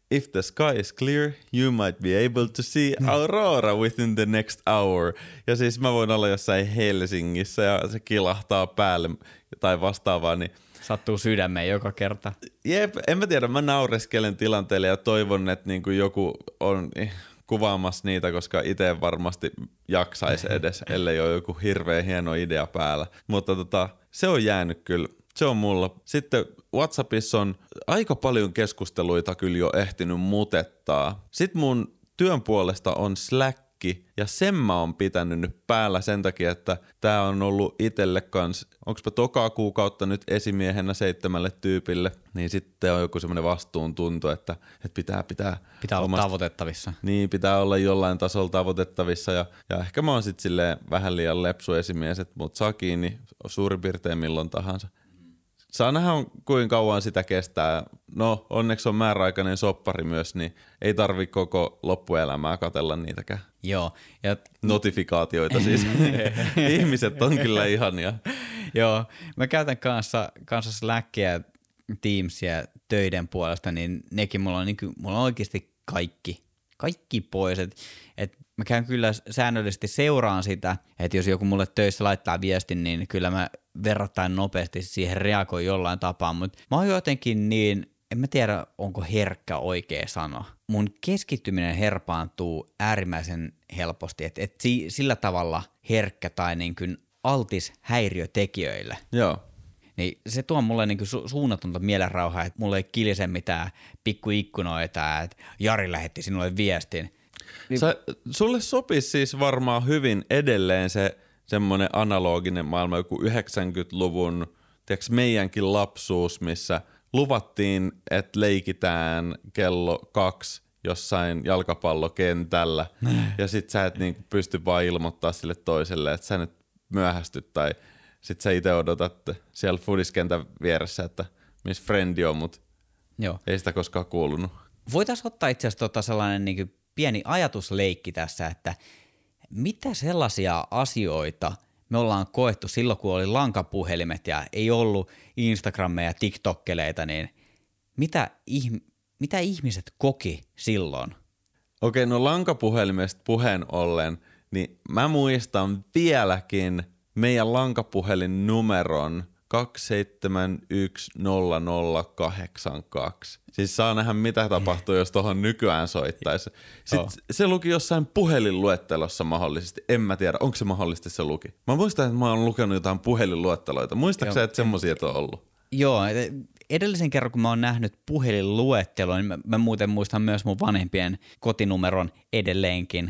if the sky is clear, you might be able to see aurora within the next hour. Ja siis mä voin olla jossain Helsingissä ja se kilahtaa päälle tai vastaavaa, niin sattuu sydämeen joka kerta. Jep, en mä tiedä, mä naureskelen tilanteelle ja toivon, että niin kuin joku on kuvaamassa niitä, koska itse varmasti jaksaisi edes, ellei ole joku hirveän hieno idea päällä. Mutta se on jäänyt kyllä. Se on mulla. Sitten WhatsAppissa on aika paljon keskusteluita kyllä jo ehtinyt mutettaa. Sitten mun työn puolesta on Slack, ja sen mä oon pitänyt nyt päällä sen takia, että tää on ollut itelle kans, onkspa tokaa kuukautta nyt esimiehenä 7 tyypille, niin sitten on joku semmoinen vastuuntunto, että pitää olla tavoitettavissa. Niin, pitää olla jollain tasolla tavoitettavissa ja ehkä mä oon sit silleen vähän liian lepsu esimies, että mut saa kiinni suurin piirtein milloin tahansa. Saa nähdä kuinka kauan sitä kestää. No, onneksi on määräaikainen soppari myös, niin ei tarvi koko loppuelämää katsella niitäkään. Joo. Ja notifikaatioita siis. Ihmiset on kyllä ihania. Joo, mä käytän kanssa Slackia ja Teamsia töiden puolesta, niin nekin mulla on oikeasti kaikki pois. Et mä käyn kyllä säännöllisesti seuraan sitä, että jos joku mulle töissä laittaa viestin, niin kyllä mä verrattain nopeasti siihen reagoin jollain tapaa, mutta mä oon jotenkin niin, en mä tiedä onko herkkä oikea sana. Mun keskittyminen herpaantuu äärimmäisen helposti, että sillä tavalla herkkä tai niin kuin altis häiriötekijöille. Joo. Niin se tuo mulle niin kuin suunnatonta mielenrauhaa, että mulle ei kilise mitään pikkuikkunoita, että Jari lähetti sinulle viestin. Sulle sopisi siis varmaan hyvin edelleen se semmoinen analoginen maailma, joku 90-luvun, tiedätkö, meidänkin lapsuus, missä luvattiin, että leikitään kello 2 jossain jalkapallokentällä ja sit sä et niinku pysty vaan ilmoittaa sille toiselle, että sä nyt myöhästyt tai sit sä itse odotat siellä foodiskentän vieressä, että missä frendi on, mut joo, ei sitä koskaan kuulunut. Voitaisiin ottaa itse asiassa sellainen niinku pieni ajatusleikki tässä, että mitä sellaisia asioita me ollaan koettu silloin, kun oli lankapuhelimet ja ei ollut Instagrammeja ja TikTokkeleita, niin mitä ihmiset koki silloin? Okei, no lankapuhelimesta puheen ollen, niin mä muistan vieläkin meidän lankapuhelin numeron 2710082. Siis saa nähdä, mitä tapahtuu, jos tohon nykyään soittaisi. Sitten se luki jossain puhelinluettelossa mahdollisesti. En mä tiedä, onko se mahdollisesti se luki. Mä muistan, että mä oon lukenut jotain puhelinluetteloita. Muistatko sä, että semmosia on ollut? Joo, edellisen kerran, kun mä oon nähnyt puhelinluettelon, niin mä muuten muistan myös mun vanhempien kotinumeron edelleenkin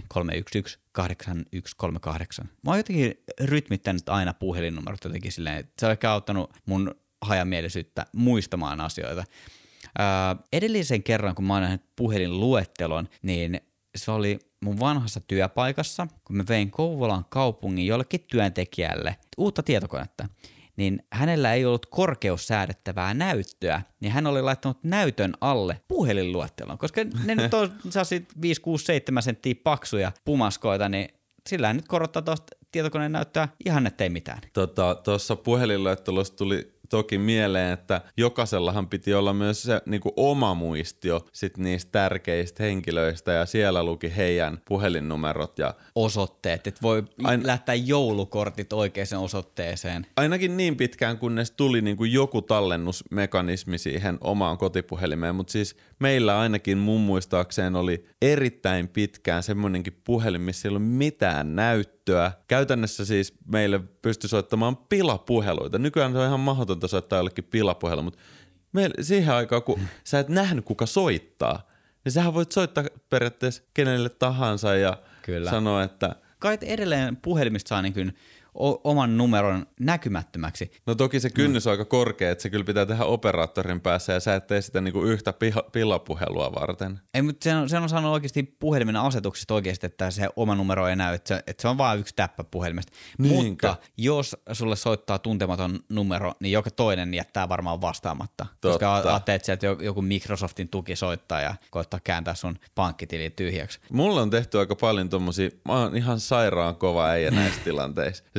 311-8138. Mä oon jotenkin rytmittänyt aina puhelinnumerot jotenkin silleen, että se on ehkä auttanut mun hajamielisyyttä muistamaan asioita. Edellisen kerran, kun mä oon nähnyt puhelinluettelon, niin se oli mun vanhassa työpaikassa, kun mä vein Kouvolan kaupungin jollekin työntekijälle uutta tietokonetta. Niin hänellä ei ollut korkeussäädettävää näyttöä, niin hän oli laittanut näytön alle puhelinluettelon, koska ne nyt on 5, 6, 7 senttiä paksuja pumaskoita, niin sillä nyt korottaa tuosta tietokoneen näyttöä ihan ettei mitään. Tuossa puhelinluettelossa tuli toki mieleen, että jokaisellahan piti olla myös se niinku oma muistio sit niistä tärkeistä henkilöistä ja siellä luki heidän puhelinnumerot ja osoitteet, että voi lähettää joulukortit oikeaan osoitteeseen. Ainakin niin pitkään, kunnes tuli niinku joku tallennusmekanismi siihen omaan kotipuhelimeen, mutta siis meillä ainakin mun muistaakseen oli erittäin pitkään semmoinenkin puhelin, missä ei ollut mitään näyttöä. Käytännössä siis meille pystyi soittamaan pilapuheluita. Nykyään se on ihan mahdotonta soittaa jollekin pilapuhelu, mutta siihen aikaan, kun sä et nähnyt kuka soittaa, niin sähän voit soittaa periaatteessa kenelle tahansa ja kyllä sanoa, että kai edelleen puhelimista saa niin kuin oman numeron näkymättömäksi. No toki se kynnys on aika korkea, että se kyllä pitää tehdä operaattorin päässä ja sä et tee sitä niinku yhtä pilapuhelua varten. Ei, mutta se on saanut oikeasti puhelimen asetuksista oikeasti, että se oma numero ei näy, että se on vaan yksi täppä puhelimesta. Niinkö? Mutta jos sulle soittaa tuntematon numero, niin joka toinen jättää varmaan vastaamatta. Totta. Koska ajattelet sieltä joku Microsoftin tuki soittaa ja koittaa kääntää sun pankkitili tyhjäksi. Mulla on tehty aika paljon tommosia, mä oon ihan sairaan kova äijä näissä tilanteissa. Siis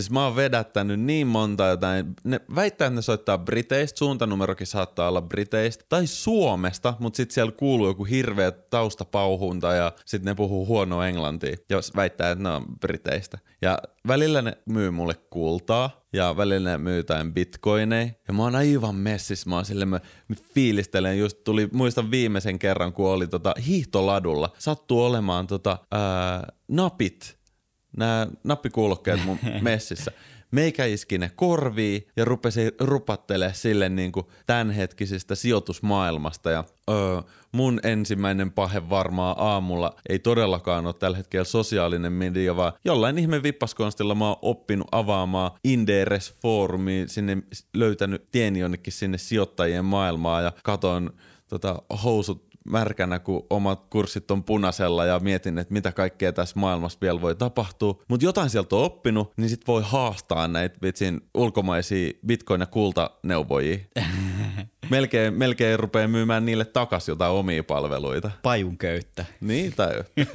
Siis mä oon vedättänyt niin monta jotain. Ne väittää, että ne soittaa Briteistä. Suuntanumerokin saattaa olla Briteistä. Tai Suomesta, mutta sit siellä kuuluu joku hirveä taustapauhunta ja sit ne puhuu huonoa englantia. Ja väittää, että ne on Briteistä. Ja välillä ne myy mulle kultaa. Ja välillä ne myy jotain bitcoineja. Ja mä oon aivan messissä. Mä oon silleen, mä fiilistelen just, muistan viimeisen kerran, kun oli hiihtoladulla. Sattuu olemaan napit. Nämä nappikuulokkeet mun messissä. Meikä iski ne korviin ja rupesi rupattelemaan sille niin kuin tämänhetkisestä sijoitusmaailmasta. Ja mun ensimmäinen pahe varmaan aamulla ei todellakaan ole tällä hetkellä sosiaalinen media, vaan jollain ihme vippaskonstilla mä oon oppinut avaamaan Inderes-foorumiin, sinne löytänyt tieni jonnekin sinne sijoittajien maailmaa ja katon housut märkänä, kun omat kurssit on punaisella ja mietin, että mitä kaikkea tässä maailmassa vielä voi tapahtua. Mutta jotain sieltä on oppinut, niin sit voi haastaa näitä vitsin ulkomaisia bitcoin- ja kultaneuvojia. melkein rupeaa myymään niille takas jotain omia palveluita. Pajun köyttä. Niin, tai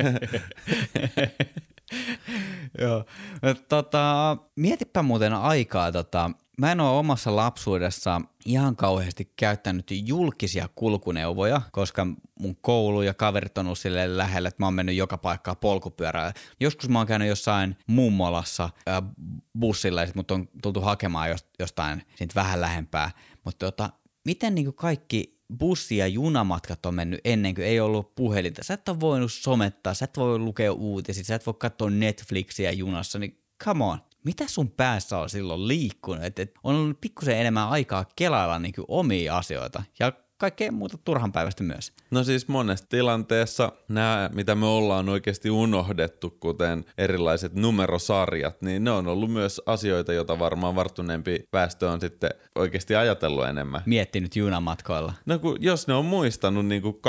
Joo. Mietipä muuten aikaa. Mä en ole omassa lapsuudessa ihan kauheasti käyttänyt julkisia kulkuneuvoja, koska mun koulu ja kaverit on ollut silleen lähellä, että mä oon mennyt joka paikkaan polkupyörällä. Joskus mä oon käynyt jossain mummolassa bussilla ja sit mut on tultu hakemaan jostain siitä vähän lähempää. Mutta miten niinku kaikki bussi- ja junamatkat on mennyt ennen kuin ei ollut puhelinta? Sä et ole voinut somettaa, sä et voi lukea uutisia, sä et voi katsoa Netflixiä junassa, niin come on. Mitä sun päässä on silloin liikkunut? Et on ollut pikkusen enemmän aikaa kelailla niinku omia asioita ja kaikkea muuta turhanpäiväistä myös. No siis monessa tilanteessa nämä, mitä me ollaan oikeasti unohdettu, kuten erilaiset numerosarjat, niin ne on ollut myös asioita, joita varmaan varttuneempi väestö on sitten oikeasti ajatellut enemmän. Miettinyt junamatkoilla. No jos ne on muistanut niin kuin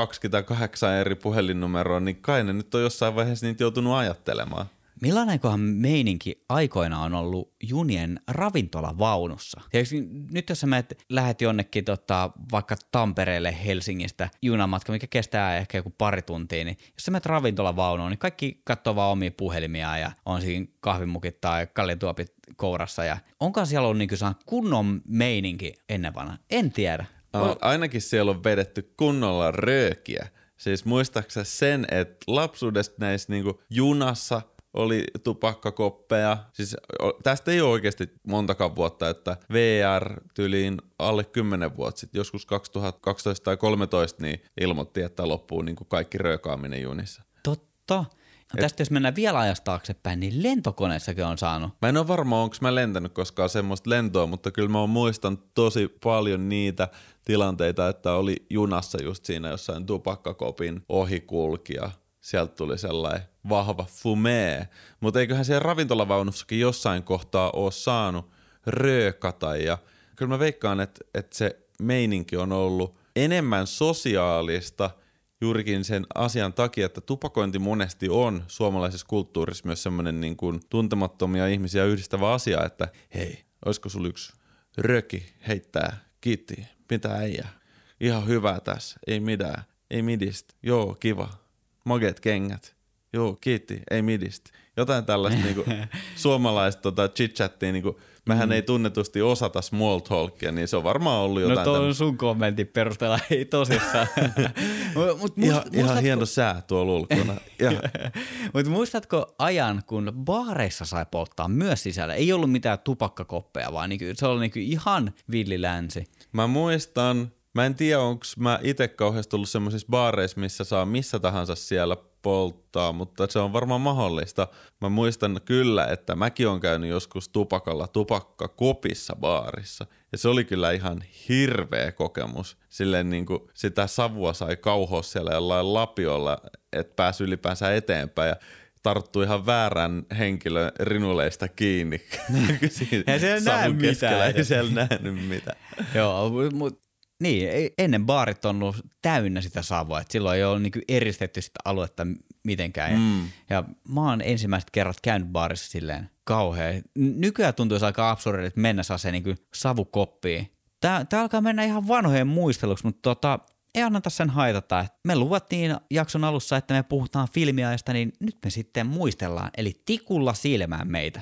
28 eri puhelinnumeroa, niin kai ne nyt on jossain vaiheessa niitä joutunut ajattelemaan. Millainenkohan meininki aikoina on ollut junien ravintolavaunussa? Nyt jos sä lähet jonnekin vaikka Tampereelle Helsingistä junamatka, mikä kestää ehkä joku pari tuntia, niin jos sä menet ravintolavaunuun, niin kaikki katsoo vaan omia puhelimia ja on siinä kahvimukit tai kaljantuopit kourassa. Ja onkaan siellä ollut niin kunnon meininki ennen vanha? En tiedä. Ainakin siellä on vedetty kunnolla röökiä. Siis muistaaksä sen, että lapsuudesta näissä niinku junassa oli tupakkakoppeja. Siis tästä ei ole oikeasti montakaan vuotta, että VR-tyliin alle 10 vuotta sitten, joskus 2012 tai 2013, niin ilmoitti, että loppuu niin kuin kaikki röökaaminen junissa. Totta. Tästä jos mennään vielä ajasta taaksepäin, niin lentokoneessakin on saanut. Mä en ole varma, onko mä lentänyt koskaan semmoista lentoa, mutta kyllä mä muistan tosi paljon niitä tilanteita, että oli junassa just siinä jossain tupakkakopin ohikulkija. Sieltä tuli sellainen vahva fumee. Mutta eiköhän siellä ravintolavaunussakin jossain kohtaa ole saanut röökata. Ja kyllä mä veikkaan, että se meininki on ollut enemmän sosiaalista juurikin sen asian takia, että tupakointi monesti on suomalaisessa kulttuurissa myös semmoinen niin kuin tuntemattomia ihmisiä yhdistävä asia, että hei, olisiko sulla yksi röki heittää, kiitti, mitä äijää, ihan hyvää tässä, ei mitään, ei midistä, joo, kiva. Mageet kengät. Joo, kiitti, ei midistä. Jotain tällaista niinku suomalaista chit-chattia, niinku, mehän ei tunnetusti osata small talkia, niin se on varmaan ollut jotain. No tuo on sun kommentin perusteella, ei tosissaan. Ihan hieno sää tuolla ulkona. Mutta muistatko ajan, kun baareissa sai polttaa myös sisällä? Ei ollut mitään tupakkakoppeja, vaan niinku, se oli niinku ihan villilänsi. Mä muistan. Mä en tiedä, onko mä itse kauheasti ollut semmoisissa baareissa, missä saa missä tahansa siellä polttaa, mutta se on varmaan mahdollista. Mä muistan kyllä, että mäkin olen käynyt joskus tupakkakopissa baarissa. Ja se oli kyllä ihan hirveä kokemus. Silleen niin kuin sitä savua sai kauhoa siellä jollain lapiolla, että pääsi ylipäänsä eteenpäin ja tarttui ihan väärän henkilön rinuleista kiinni. Ei siellä näe mitään. Ei siellä nähnyt mitään. Joo, mutta niin, ennen baarit on ollut täynnä sitä savua, että silloin ei ole niinku eristetty sitä aluetta mitenkään. Ja mä oon ensimmäiset kerrat käynyt baarissa silleen kauhean. Nykyään tuntuisi aika absurdilta, että mennä saa se niinku savukoppiin. Tää alkaa mennä ihan vanhojen muisteluksi, mutta ei anneta sen haitata. Me luvattiin jakson alussa, että me puhutaan filmiajasta, niin nyt me sitten muistellaan. Eli tikulla silmään meitä.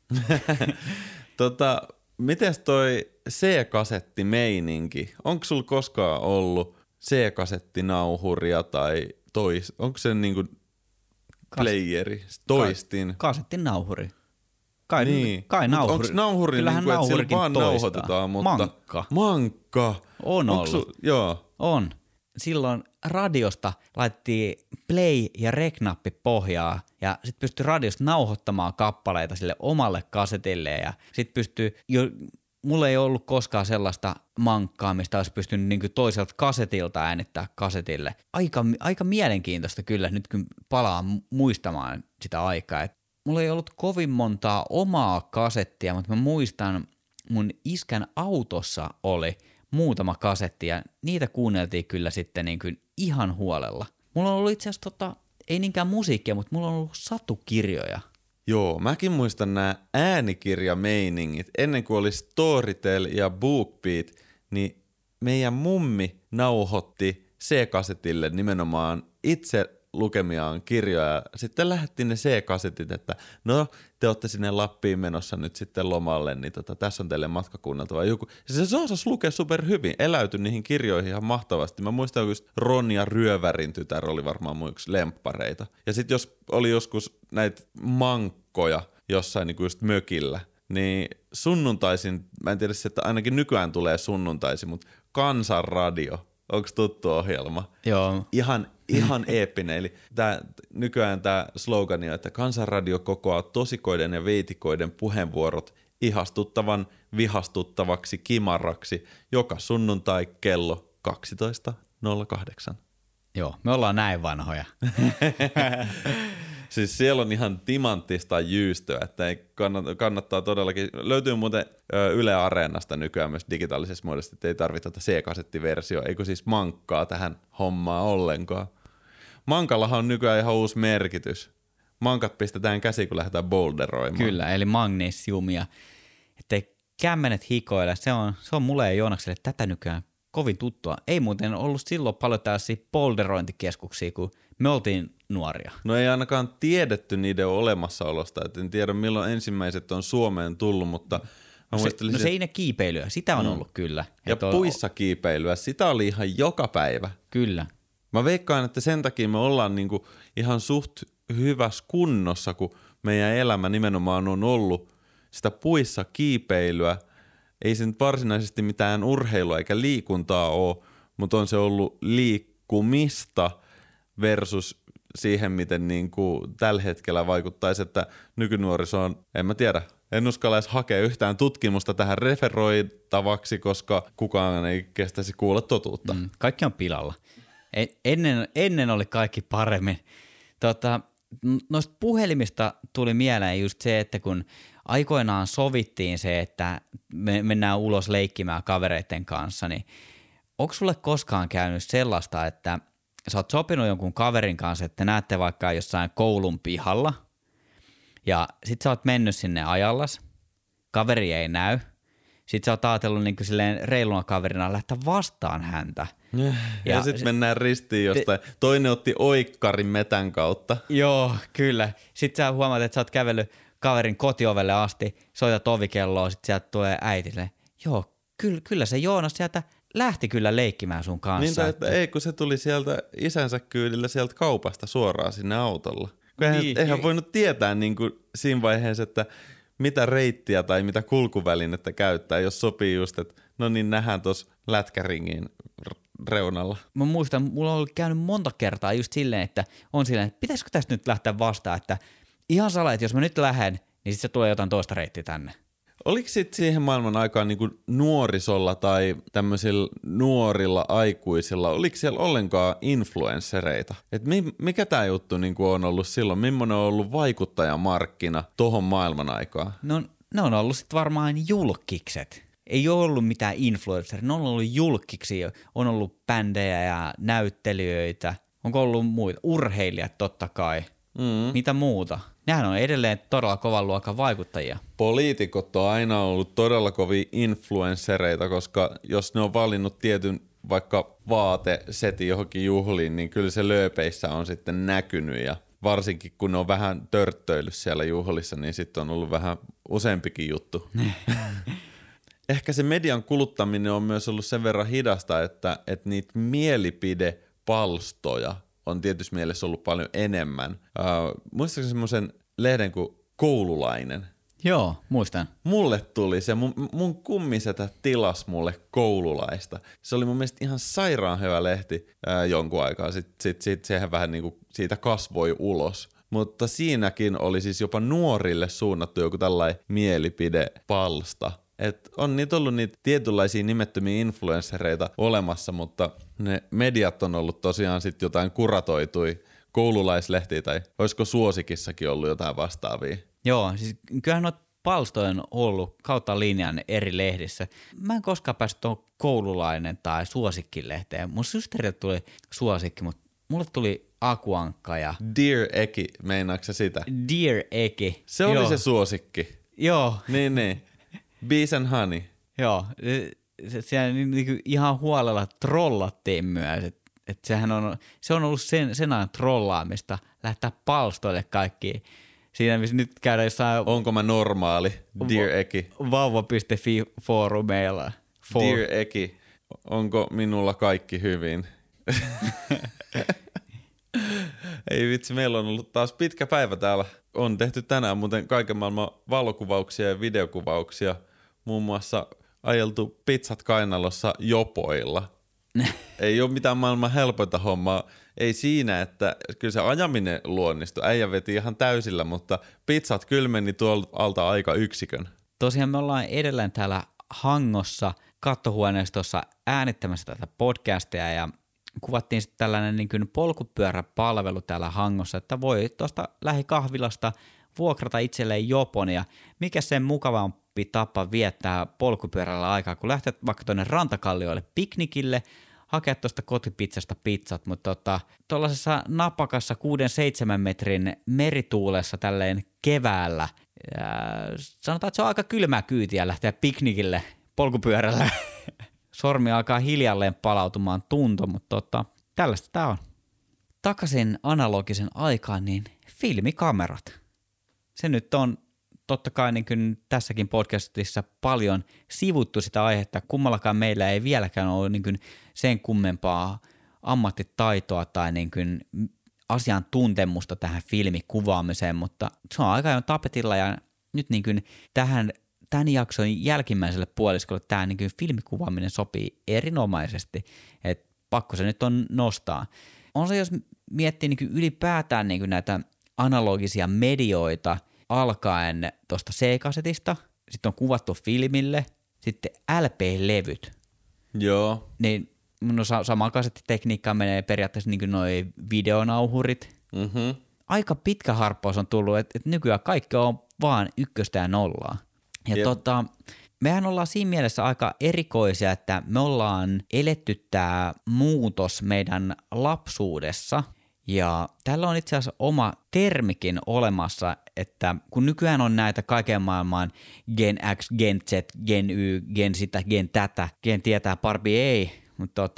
Mites toi C-kasettimeininki? Onko sulla koskaan ollut C-kasettinauhuria tai onko se niinku playeri, toistin? Kasettinauhuri. Kai nauhuri. nauhuri. Onko nauhuri Kyllähän niinku, että sillä vaan toistaa. nauhoitetaan? Mutta... Mankka. On ollut. Joo. On. Silloin radiosta laitettiin play- ja rec-nappi pohjaa ja sitten pystyi radiosta nauhoittamaan kappaleita sille omalle kasetille ja sitten pystyi mulla ei ollut koskaan sellaista mankkaa, mistä olisi pystynyt niin kuin toiselta kasetilta äänittää kasetille. Aika mielenkiintoista kyllä, nyt kun palaa muistamaan sitä aikaa. Et mulla ei ollut kovin montaa omaa kasettia, mutta mä muistan, mun iskän autossa oli muutama kasetti ja niitä kuunneltiin kyllä sitten niin kuin ihan huolella. Mulla on ollut itse asiassa ei niinkään musiikkia, mutta mulla on ollut satukirjoja. Joo, mäkin muistan nämä äänikirjameiningit. Ennen kuin oli Storytel ja BookBeat, niin meidän mummi nauhoitti C-kasetille nimenomaan itse lukemiaan kirjoja. Sitten lähettiin ne C-kasetit, että no te olette sinne Lappiin menossa nyt sitten lomalle, niin tässä on teille matkakuunneltava joku. Se osasi lukea super hyvin, eläytyi niihin kirjoihin ihan mahtavasti. Mä muistan, kun Ronja Ryövärin tytär oli varmaan mun yksi lemppareita. Ja sitten jos oli joskus näitä mankkoja jossain niin kuin just mökillä, niin sunnuntaisin, mä en tiedä, että ainakin nykyään tulee sunnuntaisin, mutta Kansanradio, onko tuttu ohjelma? Joo. Ihan eeppinen. Eli nykyään tämä slogani on, että Kansanradio kokoaa tosikoiden ja veitikoiden puheenvuorot ihastuttavan vihastuttavaksi kimarraksi joka sunnuntai kello 12.08. Joo, me ollaan näin vanhoja. Siis siellä on ihan timanttista jyystöä, että ei kannattaa todellakin. Löytyy muuten Yle Areenasta nykyään myös digitaalisessa muodossa, että ei tarvitse C-kasettiversio, eikö siis mankkaa tähän hommaan ollenkaan. Mankallahan on nykyään ihan uusi merkitys. Mankat pistetään käsiin, kun lähdetään boulderoimaan. Kyllä, eli magnesiumia. Ettei kämmenet hikoile, se on mulle ja Joonakselle tätä nykyään kovin tuttua. Ei muuten ollut silloin paljon tällaisia boulderointikeskuksia, kun me oltiin nuoria. No ei ainakaan tiedetty niiden olemassaolosta, et en tiedä milloin ensimmäiset on Suomeen tullut, mutta seinäkiipeilyä, sitä on ollut kyllä. Ja puissa kiipeilyä, sitä oli ihan joka päivä. Kyllä. Mä veikkaan, että sen takia me ollaan niinku ihan suht hyvässä kunnossa, kun meidän elämä nimenomaan on ollut sitä puissa kiipeilyä. Ei se nyt varsinaisesti mitään urheilua eikä liikuntaa ole, mutta on se ollut liikkumista versus siihen, miten niinku tällä hetkellä vaikuttaisi, että nykynuoriso on, en mä tiedä, en uskalla edes hakea yhtään tutkimusta tähän referoitavaksi, koska kukaan ei kestäisi kuulla totuutta. Kaikki on pilalla. Ennen oli kaikki paremmin. Noista puhelimista tuli mieleen just se, että kun aikoinaan sovittiin se, että me mennään ulos leikkimään kavereiden kanssa, niin onko sulle koskaan käynyt sellaista, että sä oot sopinut jonkun kaverin kanssa, että näette vaikka jossain koulun pihalla ja sit sä oot mennyt sinne ajallas, kaveri ei näy, sit sä oot ajatellut niin kuin silleen reiluna kaverina lähteä vastaan häntä. Ja sit mennään ristiin jostain. Toinen otti oikkarin metän kautta. Joo, kyllä. Sit sä huomaat, että sä oot kävellyt kaverin kotiovelle asti, soitat ovikelloa, sit sieltä tulee äiti silleen, joo, kyllä se Joonas sieltä lähti kyllä leikkimään sun kanssa. Niin, että ei, kun se tuli sieltä isänsä kyydillä sieltä kaupasta suoraan sinne autolla. Eihän voinut tietää niin kuin siinä vaiheessa, että mitä reittiä tai mitä kulkuvälinettä käyttää, jos sopii just, että no niin nähdään tuossa lätkäringin reunalla. Mä muistan, mulla on käynyt monta kertaa just silleen, että on silleen, että pitäisikö tästä nyt lähteä vastaan, että ihan sala, että jos mä nyt lähden, niin sit se tulee jotain toista reittiä tänne. Oliko sitten siihen maailman aikaan niin kuin nuorisolla tai tämmöisillä nuorilla aikuisilla, oliko siellä ollenkaan influenssereita? Et mikä tämä juttu niin kuin on ollut silloin? Millainen on ollut vaikuttajamarkkina tohon maailman aikaan? No ne on ollut sitten varmaan julkkikset. Ei ole ollut mitään influenceria, ne on ollut julkkiksi, on ollut bändejä ja näyttelijöitä. Onko ollut muita? Urheilijat totta kai. Mitä muuta? Nehän on edelleen todella kovan luokan vaikuttajia. Poliitikot on aina ollut todella kovia influenssereita, koska jos ne on valinnut tietyn vaikka vaatesetin johonkin juhliin, niin kyllä se lööpeissä on sitten näkynyt. Ja varsinkin kun ne on vähän törttöillyt siellä juhlissa, niin sitten on ollut vähän useampikin juttu. Ehkä se median kuluttaminen on myös ollut sen verran hidasta, että niitä mielipidepalstoja on tietysti mielessä ollut paljon enemmän. Muistatko semmoisen lehden kuin Koululainen? Joo, muistan. Mulle tuli se, mun kummisetä tilas mulle Koululaista. Se oli mun mielestä ihan sairaan hyvä lehti jonkun aikaa. Sitten sehän vähän niinku siitä kasvoi ulos. Mutta siinäkin oli siis jopa nuorille suunnattu joku tällainen mielipidepalsta. Et on niitä ollut niitä tietynlaisia nimettömiä influenssereita olemassa, mutta ne mediat on ollut tosiaan sitten jotain kuratoitui koululaislehtiä tai olisiko Suosikissakin ollut jotain vastaavia. Joo, siis kyllähän noita palstoja on ollut kautta linjan eri lehdissä. Mä en koskaan päässyt tuon Koululainen tai Suosikkilehteen. Mun systeriltä tuli Suosikki, mutta mulle tuli Akuankka ja... Dear Eki, meinaatko sitä? Dear Eki. Se oli se Suosikki. Joo. Niin. Bees and Honey. Joo, siellä niin ihan huolella trollattiin myös, että se on ollut sen ajan trollaamista, lähtää palstoille kaikki. Siinä missä nyt käydään jossain... Onko mä normaali, Dear Eki? Vauva.fi foorumeilla. Dear Eki, onko minulla kaikki hyvin? Ei vitsi, meillä on ollut taas pitkä päivä täällä. On tehty tänään muuten kaiken maailman valokuvauksia ja videokuvauksia. Muun muassa ajeltu pizzat kainalossa jopoilla. Ei ole mitään maailman helpointa hommaa. Ei siinä, että kyllä se ajaminen luonnistui. Äijä veti ihan täysillä, mutta pizzat kylmeni tuolta alta aika yksikön. Tosiaan me ollaan edelleen täällä Hangossa kattohuoneistossa äänittämässä tätä podcastia ja kuvattiin sitten tällainen niin kuin polkupyöräpalvelu täällä Hangossa, että voi tuosta lähikahvilasta vuokrata itselleen jopon ja mikä sen mukavampi tapa viettää polkupyörällä aikaa, kun lähtee vaikka tuonne rantakallioille piknikille, hakea tuosta kotipizzasta pizzat, mutta tuollaisessa napakassa 6-7 metrin merituulessa tälleen keväällä, sanotaan, että se on aika kylmää kyytiä lähteä piknikille polkupyörällä. Sormi alkaa hiljalleen palautumaan tunto, mutta tällaista tää on. Takaisin analogisen aikaan, niin filmikamerat. Se nyt on totta kai niin kuin tässäkin podcastissa paljon sivuttu sitä aihetta. Kummallakaan meillä ei vieläkään ole niin kuin sen kummempaa ammattitaitoa tai niin kuin asiantuntemusta tähän filmikuvaamiseen, mutta se on aika jo tapetilla ja nyt niin kuin tämän jakson jälkimmäiselle puoliskolle tämä niin kuin filmikuvaaminen sopii erinomaisesti, että pakko se nyt on nostaa. On se, jos miettii niin kuin ylipäätään niin kuin näitä analogisia medioita alkaen tuosta C-kasetista, sitten on kuvattu filmille, sitten LP-levyt. Joo. Niin no sama kasettitekniikka menee periaatteessa niin kuin noi videonauhurit. Mm-hmm. Aika pitkä harppaus on tullut, että nykyään kaikki on vaan ykköstä ja nollaa. Ja mehän ollaan siinä mielessä aika erikoisia, että me ollaan eletty tämä muutos meidän lapsuudessa ja tällä on itse asiassa oma termikin olemassa, että kun nykyään on näitä kaiken maailman Gen X, Gen Z, Gen Y, Gen sitä, Gen tätä, Gen tietää, Barbie ei, mutta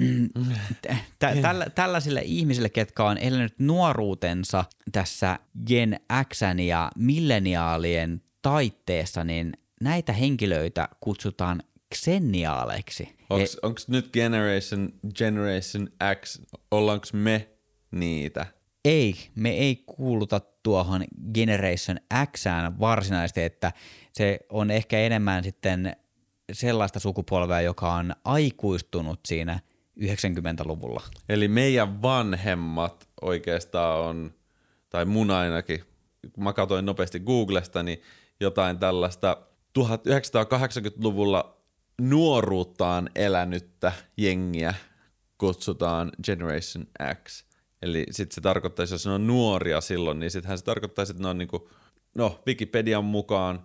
tällaisille ihmisille, ketkä on elänyt nuoruutensa tässä Gen X:n ja milleniaalien taitteessa, niin näitä henkilöitä kutsutaan xenniaaleiksi. Onko nyt Generation X, ollaanko me niitä? Ei, me ei kuuluta tuohon Generation Xään varsinaisesti, että se on ehkä enemmän sitten sellaista sukupolvea, joka on aikuistunut siinä 90-luvulla. Eli meidän vanhemmat oikeastaan on, tai mun ainakin, kun mä katsoin nopeasti Googlesta, niin jotain tällaista 1980-luvulla nuoruuttaan elänyttä jengiä kutsutaan Generation X. Eli sitten se tarkoittaisi, jos ne on nuoria silloin, niin sittenhän se tarkoittaisi, että ne on niinku, Wikipedian mukaan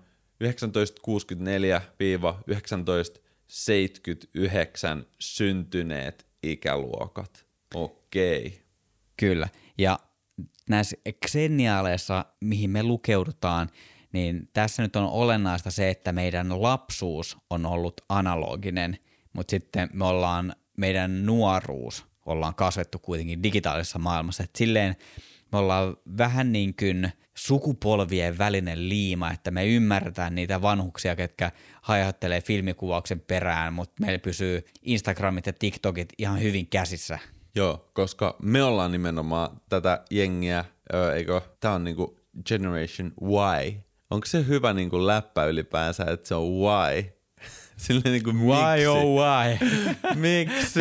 1964-1979 syntyneet ikäluokat. Okei. Kyllä. Ja näissä xenniaaleissa, mihin me lukeudutaan, niin tässä nyt on olennaista se, että meidän lapsuus on ollut analoginen, mutta sitten meidän nuoruus ollaan kasvettu kuitenkin digitaalisessa maailmassa. Et silleen me ollaan vähän niin kuin sukupolvien välinen liima, että me ymmärretään niitä vanhuksia, ketkä haihattelee filmikuvauksen perään, mutta meillä pysyy Instagramit ja TikTokit ihan hyvin käsissä. Joo, koska me ollaan nimenomaan tätä jengiä, eikö? Tää on niinku Generation Y. Onko se hyvä niinku läppä ylipäänsä, että se on Y? Silleen niinku miksi? Why oh why? Miksi?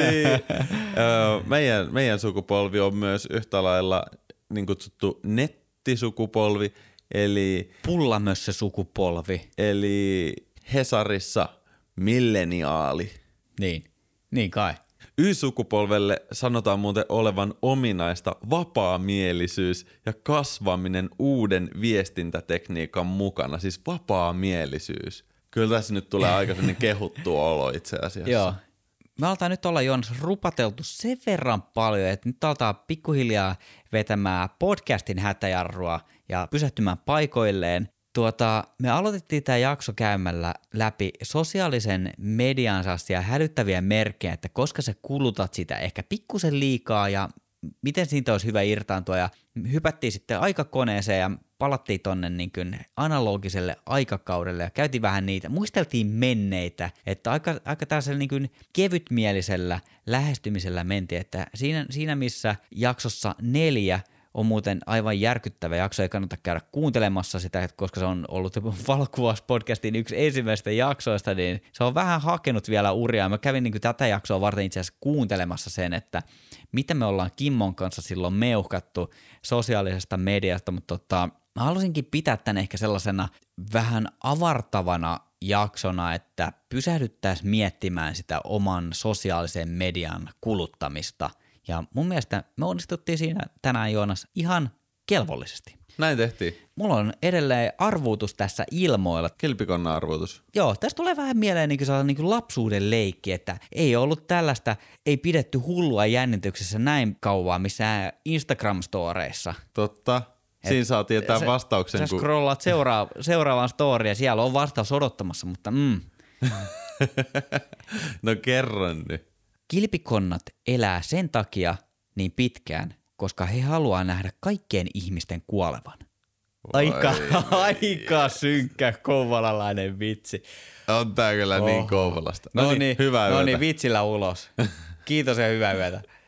Meidän sukupolvi on myös yhtä lailla niin kutsuttu nettisukupolvi, eli Pullamössö sukupolvi. Eli Hesarissa milleniaali. Niin kai. Y-sukupolvelle sanotaan muuten olevan ominaista vapaamielisyys ja kasvaminen uuden viestintätekniikan mukana. Siis vapaamielisyys. Kyllä tässä nyt tulee aika sellainen kehuttu olo itse asiassa. Joo. Me aletaan nyt olla Joonas rupateltu sen verran paljon, että nyt aletaan pikkuhiljaa vetämään podcastin hätäjarrua ja pysähtymään paikoilleen. Me aloitettiin tämä jakso käymällä läpi sosiaalisen median sellaisia hälyttäviä merkkejä, että koska sä kulutat sitä ehkä pikkusen liikaa ja miten siitä olisi hyvä irtaantua ja hypättiin sitten aikakoneeseen ja palattiin tonne niin kuin analogiselle aikakaudelle ja käytiin vähän niitä, muisteltiin menneitä, että aika tällaisella niin kuin kevytmielisellä lähestymisellä mentiin, että siinä missä jaksossa 4 on muuten aivan järkyttävä jakso, ei kannata käydä kuuntelemassa sitä, koska se on ollut Valokuvauspodcastin yksi ensimmäistä jaksoista, niin se on vähän hakenut vielä uria. Mä kävin niin kuin tätä jaksoa varten itse asiassa kuuntelemassa sen, että mitä me ollaan Kimmon kanssa silloin meuhkattu sosiaalisesta mediasta, mutta mä halusinkin pitää tän ehkä sellaisena vähän avartavana jaksona, että pysähdyttäisiin miettimään sitä oman sosiaalisen median kuluttamista. Ja mun mielestä me onnistuttiin siinä tänään, Joonas, ihan kelvollisesti. Näin tehtiin. Mulla on edelleen arvuutus tässä ilmoilla. Kilpikonna arvuutus. Joo, tästä tulee vähän mieleen niin kuin lapsuuden leikki, että ei ollut tällaista, ei pidetty hullua jännityksessä näin kauan missään Instagram-storeissa. Totta. Siinä saa tietää vastauksen. Sä scrollaat seuraavaan storeen ja siellä on vastaus odottamassa, mutta No kerron nyt. Kilpikonnat elää sen takia niin pitkään, koska he haluaa nähdä kaikkien ihmisten kuolevan. Aika synkkä kouvolalainen vitsi. On tää kyllä niin Kouvolasta. No niin, hyvää yötä. No niin, vitsillä ulos. Kiitos ja hyvää yötä.